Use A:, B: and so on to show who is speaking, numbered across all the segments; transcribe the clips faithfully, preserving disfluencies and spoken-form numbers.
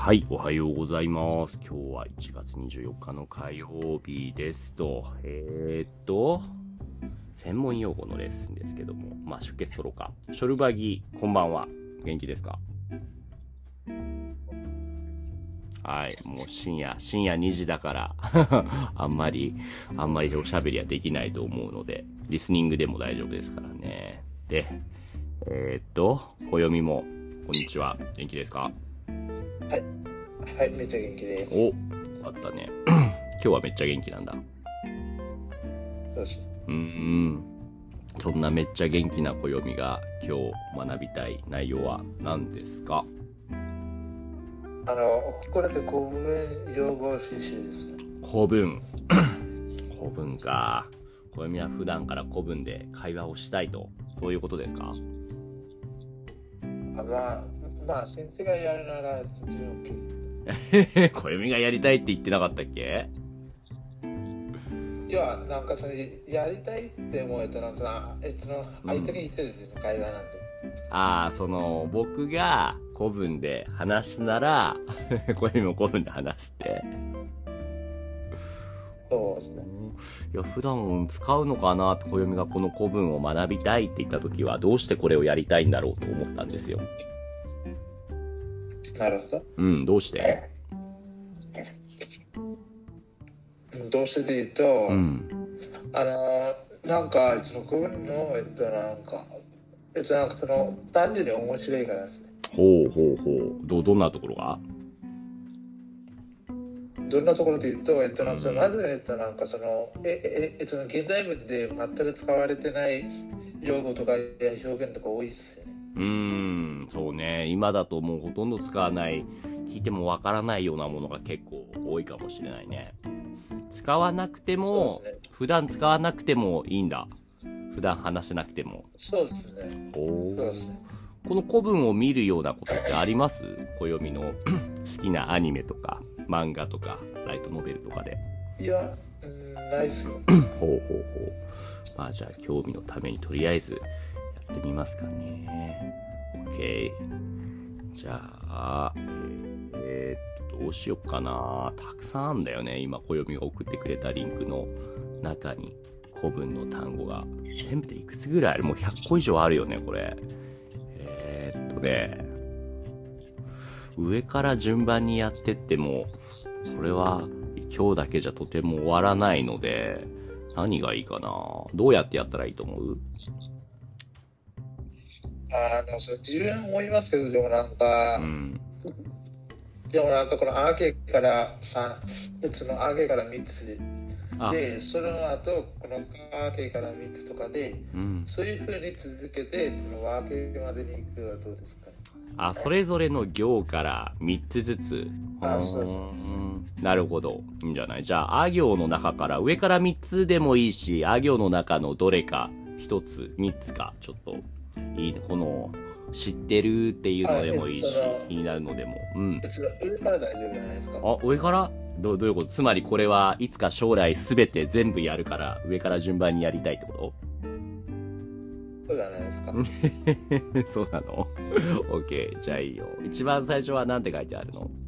A: はい、おはようございます。今日はいちがつにじゅうよっかの火曜日ですと、えー、っと、専門用語のレッスンですけども、まあ、出血ソロか。ショルバギ、こんばんは。元気ですか？はい、もう深夜、深夜にじだから、あんまり、あんまりおしゃべりはできないと思うので、リスニングでも大丈夫ですからね。で、えー、っと、暦も、こんにちは。元気ですか？
B: はい、はい、めっちゃ元気です。
A: お、よかったね。今日はめっちゃ元気なんだ。
B: そうです。
A: うーん。そんなめっちゃ元気な暦が今日学びたい内容は何ですか？
B: あの、これで公文用語収集ですね。
A: 古文。古文か。暦は普段から古文で会話をしたいと、そういうことですか？
B: あまあ、まあ、先生がやるなら全然 OK。
A: 暦がやりたいって言ってなかったっけ？
B: いや、なんかそのやりたいって思えたら、そのえっと、相手が言ってるんですよ、会話なんで。
A: ああ、その、僕が古文で話すなら、暦も古文で話すって。
B: そうですね。
A: いや、普段使うのかなって、暦がこの古文を学びたいって言った時は、どうしてこれをやりたいんだろうと思ったんですよ。
B: なるほど。
A: うん、どうして？
B: どうしてで言うと、
A: うん。
B: あの、なんか、その公文の、えっと、なんか、えっと、なんかその、単純に面白いからですね。
A: ほうほうほう。ど、どんなところが？
B: どんなところで言うと、えっと、なんかそのまず、えっと、なんかその、え、え、えっと、現代文で全く使われてない用語とか表現とか多いっすよね。
A: うーん、そうね。今だともうほとんど使わない、聞いてもわからないようなものが結構多いかもしれないね。使わなくても、
B: そうですね。
A: 普段使わなくてもいいんだ。普段話せなくても。
B: そうですね。
A: お
B: そうですね。
A: この古文を見るようなことってあります？暦の好きなアニメとか、漫画とか、ライトノベルとかで。
B: いや、うん、ないっすよ。
A: ほうほうほう。まあじゃあ興味のためにとりあえずやってみますかね。OK。じゃあ、えー、っと、どうしよっかな。たくさんあるんだよね。今、暦が送ってくれたリンクの中に古文の単語が。全部でいくつぐらいある？もうひゃっこ以上あるよね、これ。えー、っとね、上から順番にやってっても、これは今日だけじゃとても終わらないので、何がいいかな。どうやってやったらいいと思う？
B: あの、そう、自分思いますけど、でもなんか、
A: うん。
B: でもなんかこのアーケからさん、そのアーケからみっつ
A: あ、
B: で、その後、このアーケからみっつとかで、
A: うん。
B: そういうふうに続けて、そのワーケまでに行くのはどうですかね。
A: あ、それぞれの行からみっつずつ。
B: あ、そうそうそう。
A: なるほど。いいんじゃない？じゃあ、あ行の中から上からみっつでもいいし、あ行の中のどれかひとつ、みっつか、ちょっと、いいね。この、知ってるっていうのでもいいし、気になるのでも。うん。
B: 上から大丈夫じゃないですか。
A: あ、上からどう、どういうこと？つまりこれはいつか将来すべて全部やるから、上から順番にやりたいってこと？
B: そうじゃないですか。
A: そうなの？ OK。じゃあいいよ。一番最初は何て書いてあるの？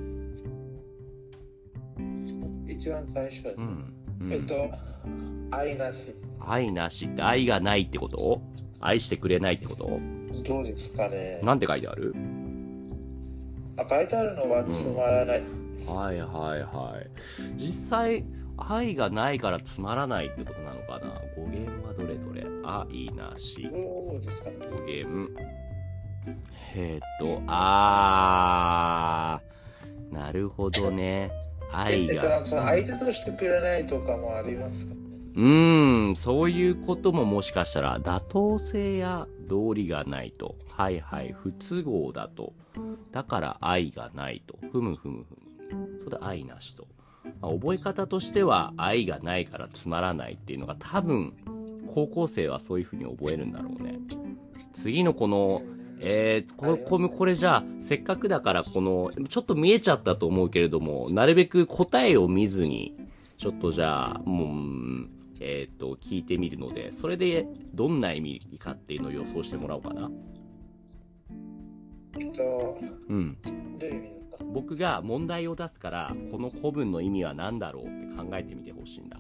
B: 一番最初です。
A: うんうん、
B: えっと、愛なし。
A: 愛なしって愛がないってこと？愛してくれないってこと？
B: どうですかね。
A: なんて書いてある？
B: あ、書いてあるのはつまらない、
A: うん、はいはいはい。実際、愛がないからつまらないってことなのかな。語源はどれどれ？愛なし。
B: どうですかね。
A: 語源。えー、っと、あー、なるほどね。愛が。
B: えっと、なんかその相手としてくれないとかもありますか？
A: うーん、そういうことももしかしたら、妥当性や道理がないと。はいはい、不都合だと。だから愛がないと。ふむふむふむ。そうだ、愛なしと。まあ、覚え方としては、愛がないからつまらないっていうのが多分、高校生はそういう風に覚えるんだろうね。次のこの、えー、こここれじゃあ、せっかくだからこの、ちょっと見えちゃったと思うけれども、なるべく答えを見ずに、ちょっとじゃあ、もう、えっと、聞いてみるので、それでどんな意味かっていうのを予想してもらおうかな。
B: えっと、
A: うん。
B: どういう意味ですか？
A: 僕が問題を出すから、この古文の意味は何だろうって考えてみてほしいんだ。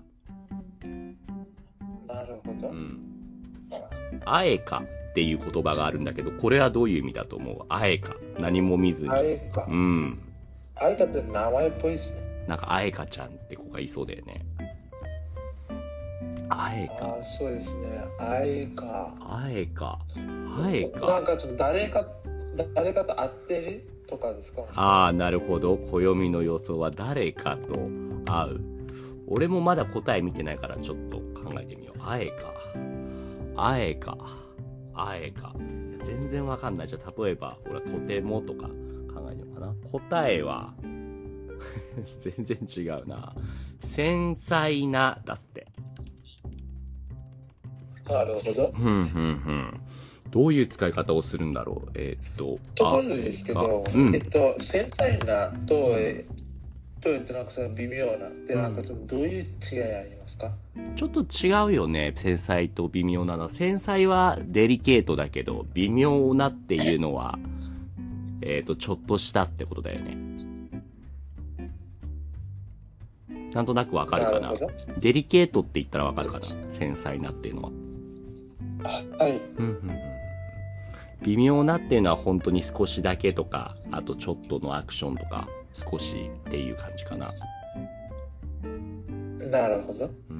B: なるほど。
A: うん。あえかっていう言葉があるんだけど、これはどういう意味だと思う？あえか。何も見ずに。
B: あえか。
A: うん。
B: あえかって名前っぽいっすね。
A: なんか、あえかちゃんって子がいそうだよね。あえか。
B: あ、そうですね。あえか。
A: あえか。あえか。
B: なんかちょっと誰か、誰かと会ってるとかですか？
A: ああ、なるほど。暦の予想は誰かと会う。俺もまだ答え見てないからちょっと考えてみよう。あえか。あえか。あえか。全然わかんない。じゃあ、例えば、ほら、とてもとか考えてみようかな。答えは、全然違うな。繊細な、だって。
B: なるほど。
A: ふんふんふん。どういう使い方をするんだろう。えー、っと、
B: ところでですけど、
A: うん、
B: えっと、繊細なと、えと、えっと、なんかその微妙なって、なんかそのどういう違いありますか？
A: ちょっと違うよね。繊細と微妙なの。繊細はデリケートだけど、微妙なっていうのは、えー、っと、ちょっとしたってことだよね。なんとなくわかるかな。デリケートって言ったらわかるかな。繊細なっていうのは。
B: はい。
A: うんうんうん、微妙なっていうのは本当に少しだけとか、あとちょっとのアクションとか、少しっていう感じかな。
B: なるほど。
A: うん。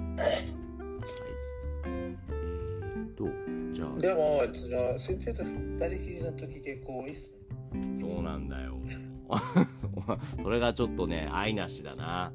A: はい。えーっと、じゃあ。
B: でも、その先生と二人きりの時結構多いっすね。
A: そうなんだよ。それがちょっとね、愛なしだな。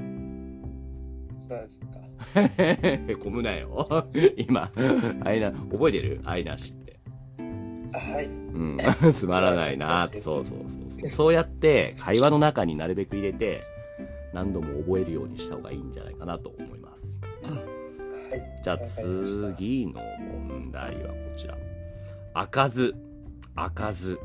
B: そうですか。
A: へこむなよ。今、愛な、覚えてる？愛なしって。
B: はい。う
A: ん。つまらないなって。そうそうそうそう。そうやって会話の中になるべく入れて、何度も覚えるようにした方がいいんじゃないかなと思います。
B: はい。
A: じゃあ次の問題はこちら。開かず。開かず。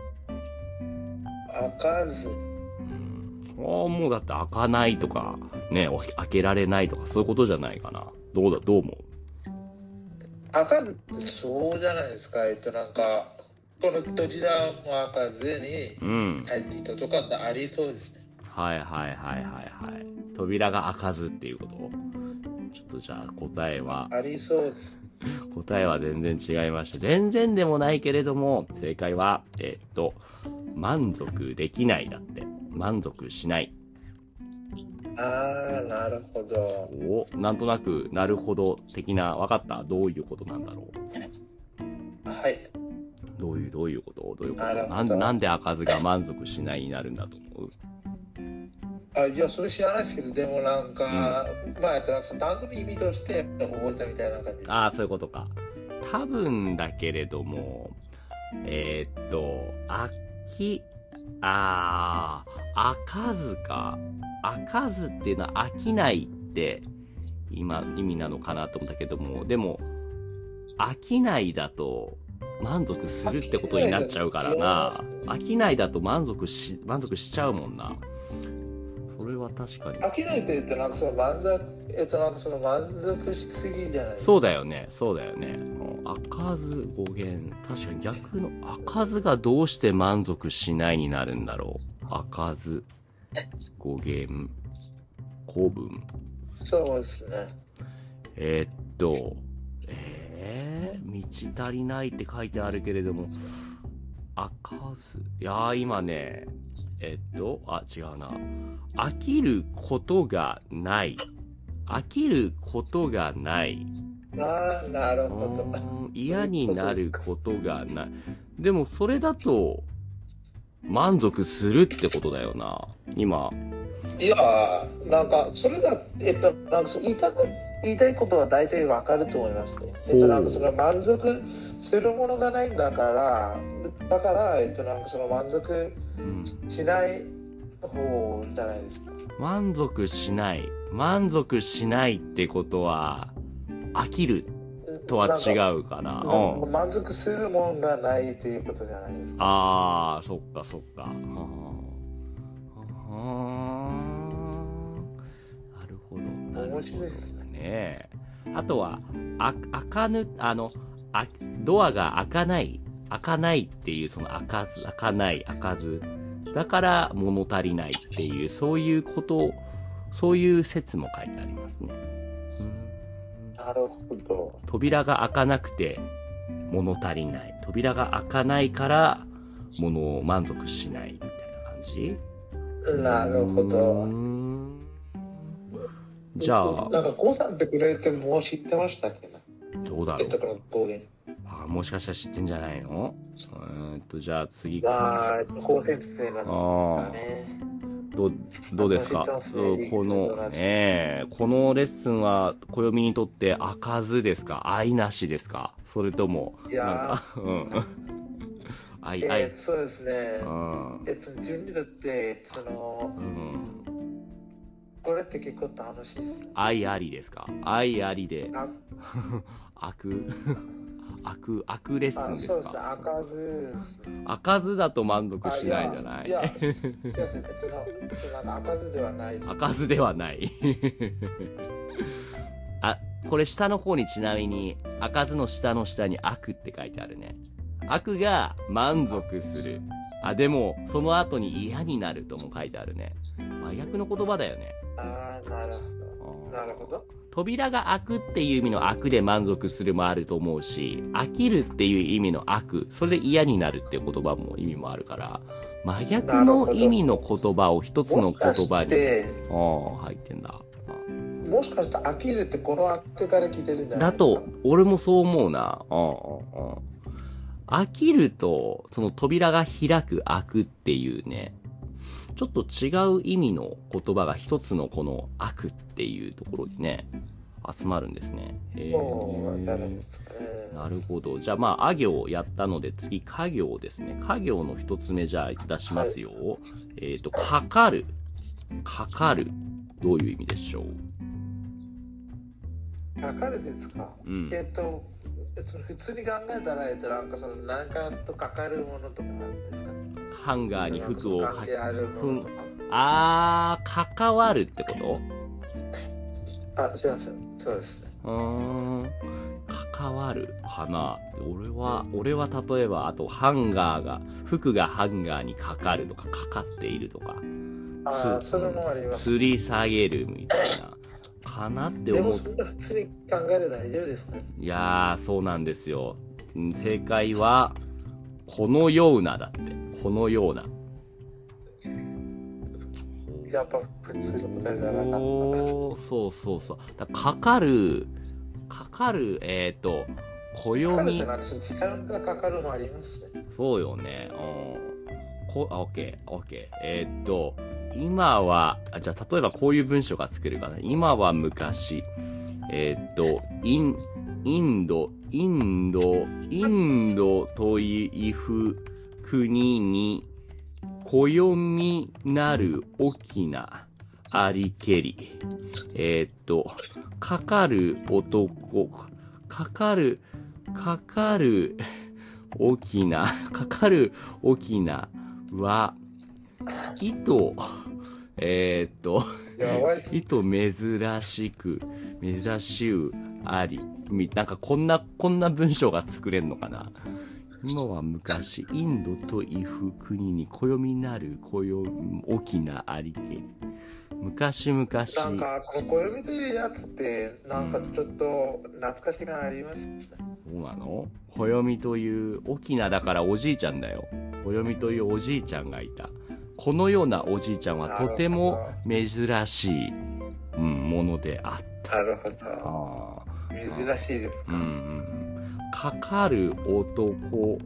B: 開かず。
A: ああ、もうだって開かないとか、ね、開けられないとか、そういうことじゃないかな。どうだ、どう思う？
B: 開かずってそうじゃないですか。えっと、なんか、この扉も開かずに入ってきたとかってありそうですね。
A: うん、はいはいはいはいはい。扉が開かずっていうこと？ちょっとじゃあ答えは。
B: ありそうです。
A: 答えは全然違いました。全然でもないけれども、正解は、えー、っと、満足できないだって。満足しない。
B: あー、なるほど。
A: お、なんとなく、なるほど的な、分かった？どういうことなんだろ
B: う。はい。
A: どういう、どういうことどういうこと？
B: なるほど。
A: なんで、なんで開かずが満足しないになるんだと思う？
B: あ、いや、それ知らないですけど、でもなんか、うん、まあ、単語の意味として覚えたみたいな感じです。
A: ああ、そういうことか。多分だけれども、えー、っと、飽き、ああ、開かずか。開かずっていうのは飽きないって今意味なのかなと思ったけども、でも、飽きないだと満足するってことになっちゃうからな。飽きないだと満足し、満足しちゃうもんな。それは確かに。
B: 飽きないって言ってなんかその満足、えっとなんかその満足しすぎじゃないですか。
A: そうだよね、そうだよね。開かず語源、確かに逆の、開かずがどうして満足しないになるんだろう。開かず、語源、古文。
B: そうですね。
A: えー、っと、えー、道足りないって書いてあるけれども、開かず。いやー、今ね、えー、っと、あ、違うな。飽きることがない。飽きることがない。
B: ああ、なるほど。
A: 嫌になることがない。でもそれだと満足するってことだよな。今。
B: いやー、なんかそれだ、えっとなんか言いたく言いたいことは大体わかると思いますね。えっとなんかその満足するものがないんだから、だからえっとなんかその満足しない方じゃないですか。
A: うん、満足しない。満足しないってことは。飽きるとは違うかな。
B: うん、満足するもんがないっていうことじゃないですか。
A: ああ、そっかそっか。はあ、なるほど。
B: 面白いです
A: ね。あとは、あ、開かぬ、あの、あ、ドアが開かない、開かないっていう、その開かず、開かない、開かず。 だから物足りないっていう、そういうこと、そういう説も書いてありますね。
B: なるほど。
A: 扉が開かなくて物足りない。扉が開かないから物を満足しないみたいな感じ？
B: なるほど。
A: じゃあ、
B: なんか、ゴーさんってくれてもう知ってましたっけな？
A: どうだろう。
B: えっと、この語源。
A: あ、もしかしたら知ってんじゃないの？えーっと、じゃあ次。
B: ああ、高専生なんだね。
A: どう、どうですか？この、えー、このレッスンは、暦にとって開かずですか？愛なしですか？それとも、
B: いや
A: なんか、うん。愛、
B: え
A: 愛。
B: ー、そうですね。
A: うん。
B: えっと、自分にとって、その、
A: うん。
B: これって結構楽しいですね。
A: 愛ありですか？愛ありで、
B: あ
A: 開く、開く、開くレッスンですか？
B: そうですね、開かずです。
A: 開かずだと満足しないじゃない？
B: いや、いやすいません、その、その開かずではないです。
A: 開かずではない。あ、これ下の方にちなみに、開かずの下の下に悪って書いてあるね。悪が満足する。あ、でも、その後に嫌になるとも書いてあるね。真逆の言葉だよね。
B: ああ、なるほど。なるほど。
A: 扉が開くっていう意味の開くで満足するもあると思うし、飽きるっていう意味の開く、それで嫌になるっていう言葉も意味もあるから、真逆の意味の言葉を一つの言葉に、ああ、入ってんだ。
B: もしかしたら飽きるってこの開くから来てるんじゃないですか？
A: だと、俺もそう思うな。ああ、ああ。飽きると、その扉が開く、開くっていうね、ちょっと違う意味の言葉が一つのこの悪っていうところにね、集まるんですね。へ
B: そうなるん
A: ー
B: ですね。
A: なるほど。じゃあまあ、あ行をやったので次、か行ですね。か行の一つ目じゃあ出しますよ。はい、えっと、かかる。かかる。どういう意味でしょ
B: う？かかるですか？うん。えっと、普通に考えたら、えっと、なんかその、何かとかかるものとかなんですかね。
A: ハンガーに服をかけ、
B: ふん、
A: あー、関わるってこと？
B: あ、すいません。そうですね。
A: うーん。関わるかな。俺は、俺は例えば、あと、ハンガーが、服がハンガーにかかるとか、かかっているとか。
B: ああ、それもあります。
A: 吊り下げるみたいな。かなって思う。
B: でもそんな普通に考えるのは大丈夫ですね。
A: いやー、そうなんですよ。正解は、このようなだって。このような。
B: やっぱ普通の答えじゃなかった。
A: おー、そうそうそう。だかかる、かかる、えっ、ー、と、暦。かかる
B: ってのは時間がかかるもありますね。
A: そうよね。うん。こ、あ、オッケー、オッケー。えっ、ー、と、今は、じゃあ例えばこういう文章が作れるかな。今は昔。えっ、ー、と、イン、インド、インド、インドという国に、暦なる大きなありけり。えー、っと、かかる男、かかる、かかる大きな、かかる大きなは、糸、えー、っと、糸珍しく、珍しゅうあり。なんかこんな、こんな文章が作れるのかな。今は昔、インドという国に暦なる暦大きなありけり。昔々。
B: なんか、この暦というやつって、なんかちょっと懐かしがありますね。
A: そうなの？暦という、大きなだからおじいちゃんだよ。暦というおじいちゃんがいた。このようなおじいちゃんはとても珍しい、うん、ものであった。
B: なるほど。あ珍しいですか。うんうん
A: かかる男、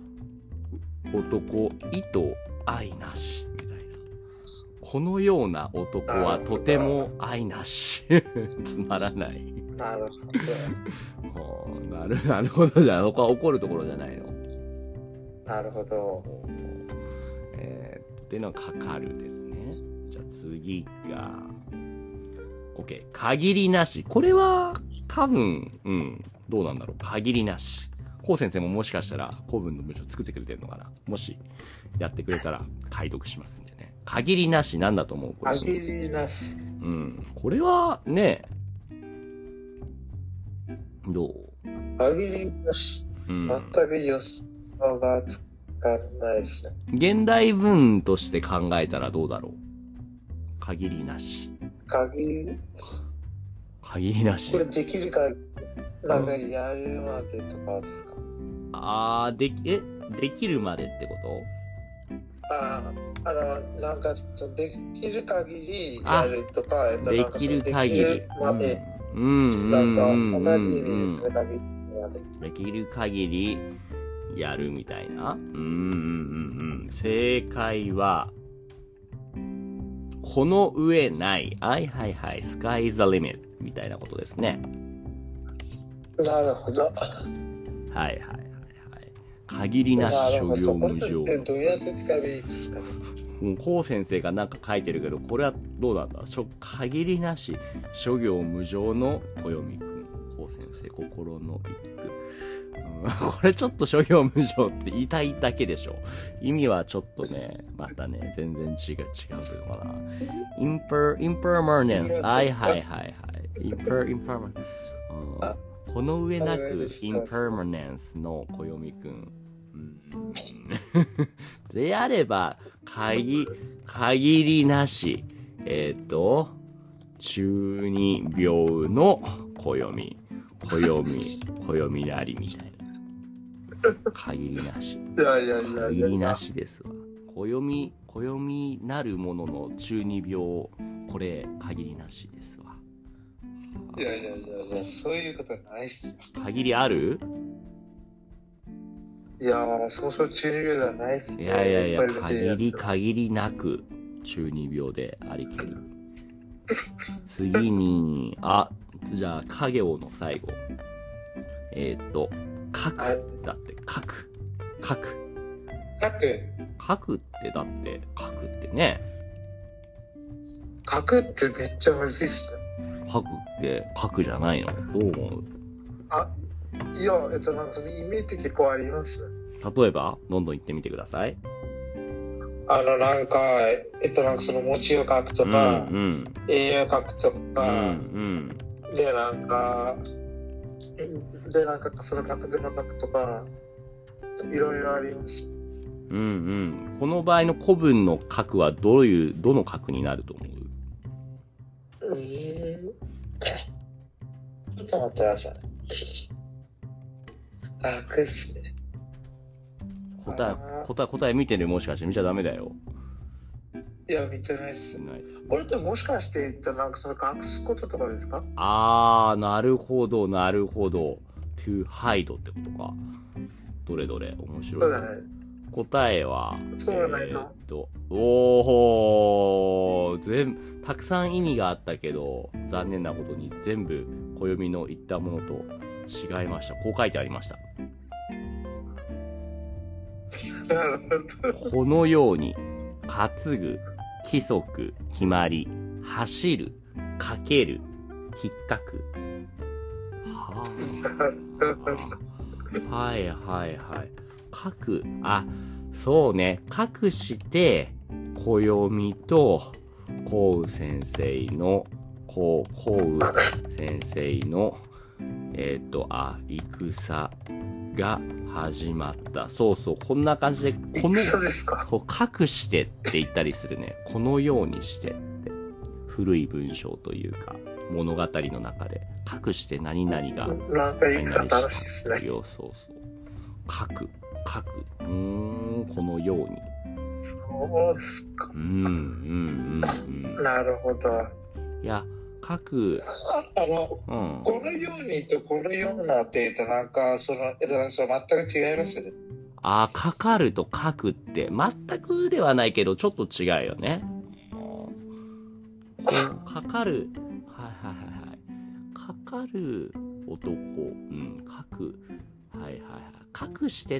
A: 男、糸愛なし、みたいな。このような男はとても愛なし。つまらない。
B: なる
A: ほど。なる、なるほどじゃあ、そこは怒るところじゃないの。
B: なるほど。
A: えー、っていうのはかかるですね。じゃあ次が、OK。限りなし。これは、多分、うん。どうなんだろう。限りなし。こう先生ももしかしたら古文の文章作ってくれてるのかな。もしやってくれたら解読しますんでね。限りなしなんだと思う？これ
B: 限りなし。
A: うん。これはね、どう？
B: 限りなし。うん、全く予想がつかかんないですね。
A: 現代文として考えたらどうだろう。限りなし。
B: 限り、
A: 限りなし。
B: これできるか、なんかやるまでとかですか？
A: あー、でき、え、できるまでってこ
B: ああ、あの、なんか、できる限りやるとか、えっ
A: と
B: となんか
A: できる限り。
B: できるまで、
A: うん、うん、
B: な
A: うんん、
B: か同じ意味
A: うん
B: ですね、限りまで。
A: できる限りやるみたいな。うん、うん、うん、うん。正解は、この上ない。はいはいはい。Sky is the limit みたいなことですね。
B: なるほど。
A: はいはいはいはい。限りなし諸行無常。
B: これってどうやって使えばいいですかね。
A: こう先生がなんか書いてるけど、これはどうなんだ。しょ限りなし諸行無常の暦くん。こう先生心の一句。うん、これちょっと諸行無常って言いたいだけでしょ。意味はちょっとね、またね、全然違う、違うというのかな。インパー、インパーマネンス。はいはいはいはい。インパー、インパーマネンス。この上なく、インパーマネンスの暦くん。うん、であれば、限、限りなし。えっ、ー、と、中二病の暦。暦、暦なりみたいな。限りなし。
B: いやいやいや
A: 限りなしですわ。暦、暦なるものの中二病、これ、限りなしですわ。
B: いやいやいやいや、そういうことないっすよ。
A: 限りある？
B: いやー、そうそう中二病ではないっすね。
A: いやいやいや、限り限りなく中二病でありきる。次に、あ、じゃあ、家業の最後。えっ、ー、と、書く。だって、書く。書く。
B: 書く。
A: 書くってだって、書くってね。
B: 書くってめっちゃむずいっすね。
A: 書くって書くじゃないの？どう思う？
B: あ、いや、えっと、なんかそのイメージ結構あります。
A: 例えば、どんどん言ってみてください。
B: あの、なんか、えっと、なんかその文字を書くとか、
A: うんうん、
B: 絵を書くとか、
A: うん
B: うん、で、なんか、で、なんかその書くでも書くとか、いろいろあります。
A: うんうん。この場合の古文の書くはどういう、どの書くになると思う？
B: うーん。ちょっと待ってください。書くっすね。
A: 答え、答え、答え見てる？もしかして見ちゃダメだよ。
B: いや、見てないっす。
A: ないです。
B: これってもしかして言ったらなんかその隠すこととかですか？
A: あー、なるほど、なるほど。to hide ってことか。どれどれ、面白い。
B: そうだね。
A: 答えは、
B: そうだね。
A: えー、っと、おー、全部、たくさん意味があったけど、残念なことに全部、暦の言ったものと違いました。こう書いてありました。このように、担ぐ、規則、決まり、走る、かける、引っかく。はあ、はいはいはい。書く、あ、そうね。書くして、暦と、こう先生の、こう、こう先生の、えっ、ー、と、あ、戦が始まった。そうそう、こんな感じで、この、そう、書くしてって言ったりするね。このようにしてって。古い文章というか、物語の中で、書くして何々が、
B: なんかいい方らしいですね。
A: そうそうそう。書く、書く。うーん、このように。
B: そうですか。
A: うん、うん、うん、うん。
B: なるほど。
A: いや、書く。
B: あの、うん、このようにとこのようなって言うとなんか、その、えっと、全く違いますね。
A: あ、かかると書くって、全くではないけど、ちょっと違うよね。かかる。はいはいはいはい。かかる男。うん、書く。はいはいはい。書くしてって、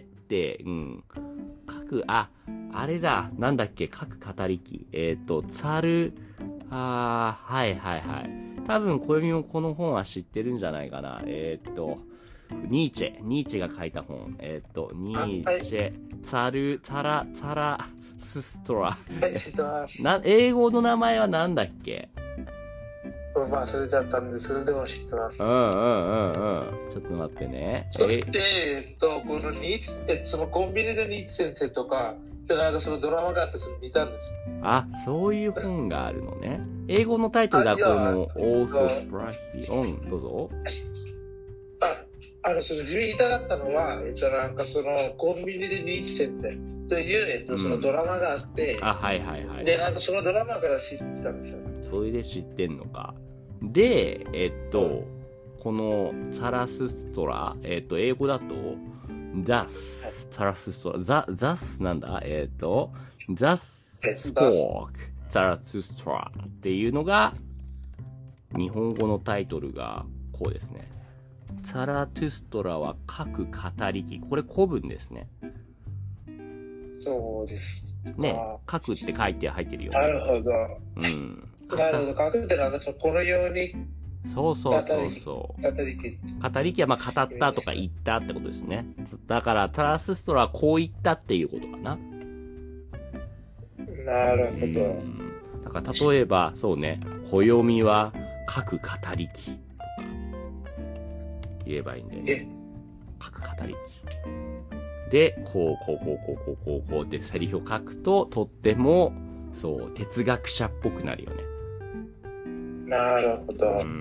A: うん。書く、あ、あれだ。なんだっけ、書く語り機。えっ、ー、と、ツァル、あー、はいはいはい。多分、暦もこの本は知ってるんじゃないかな。えっ、ー、と、ニーチェ。ニーチェが書いた本。えっ、ー、と、ニーチェ、ツァル、ツァラ、ツァラ、スストラ。な、英語の名前はなんだっけ？
B: 忘れちゃったんで、それでも知ってます。
A: うんうんうんうん。ちょっと待ってね。
B: それで、えっと、このニーツ、えそのコンビニでニーツ先生とか、でなんかそのドラマがあって、それ見たんです。
A: あ、そういう本があるのね。英語のタイトルがこの、Also Sprightly。うん、どうぞ。
B: あ、あの、その自分言いたかったのは、えっと、なんかそのコンビニでニーツ先生という、えっと、そのドラマがあって、
A: うん、あ、はいはいはい。
B: で、なんかそのドラマから知ったんですよ。
A: それで知ってんのか。で、えっと、このサラスストラ、えっと、英語だと、ザス、サラスストラ、ザ、ザスなんだえっと、ザススポーク、ザラスストラっていうのが、日本語のタイトルがこうですね。ザラトゥストラは各語りき。これ古文ですね。
B: そうです。
A: ね、書くって書いて入ってるよね。
B: なるほど。
A: うん。
B: なるほど。書くってなんかこのように。
A: そうそうそうそう。
B: 語りき。
A: 語りきはまあ語ったとか言ったってことですね。だからトラスストラはこう言ったっていうことかな。
B: なるほど。
A: だから例えばそうね、暦は各語りきとか言えばいいんだよね。各語りき。で、こう、こう、こう、こう、こう、こう、こうってセリフを書くと、とっても、そう、哲学者っぽくなるよね。
B: なるほど。うん。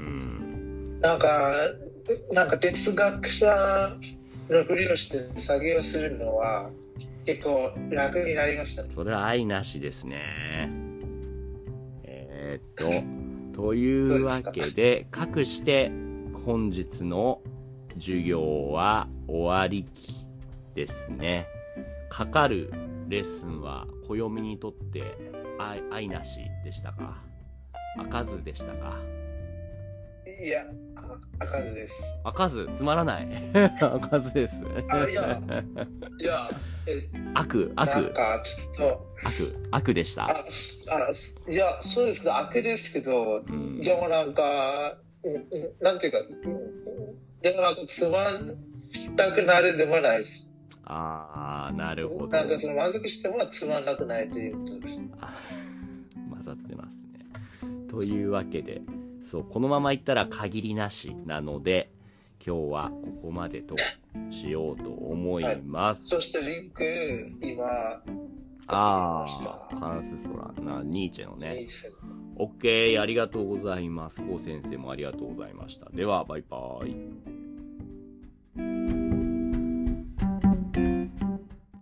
B: なんか、なんか哲学者のふりをして作業するのは、結構楽になりましたね。
A: それは愛なしですね。えー、っと、というわけで、かくして、本日の授業は終わりき。ですね。かかるレッスンは暦にとって愛、愛なしでしたか？開かずでしたか？
B: いや、開かずです。
A: 開かずつまらない。開かずです。
B: あ、いや、いや、
A: え、悪、悪。
B: なんかちょっと
A: 悪、悪でした。
B: あ、あ、いや、そうですけど、悪ですけど、うん、でもなんか、なんていうか、でもなんかつまんなくなるでもないです。
A: ああ、なるほど。
B: なんかその満足してもつまんなくないということです。
A: 混ざってますね。というわけで、そう、このままいったら限りなしなので、今日はここまでとしようと思います。
B: はい、そしてリンク、今、
A: ああ、カラスソラな、ニーチェのね。オッケー、ありがとうございます。コウ先生もありがとうございました。では、バイバイ。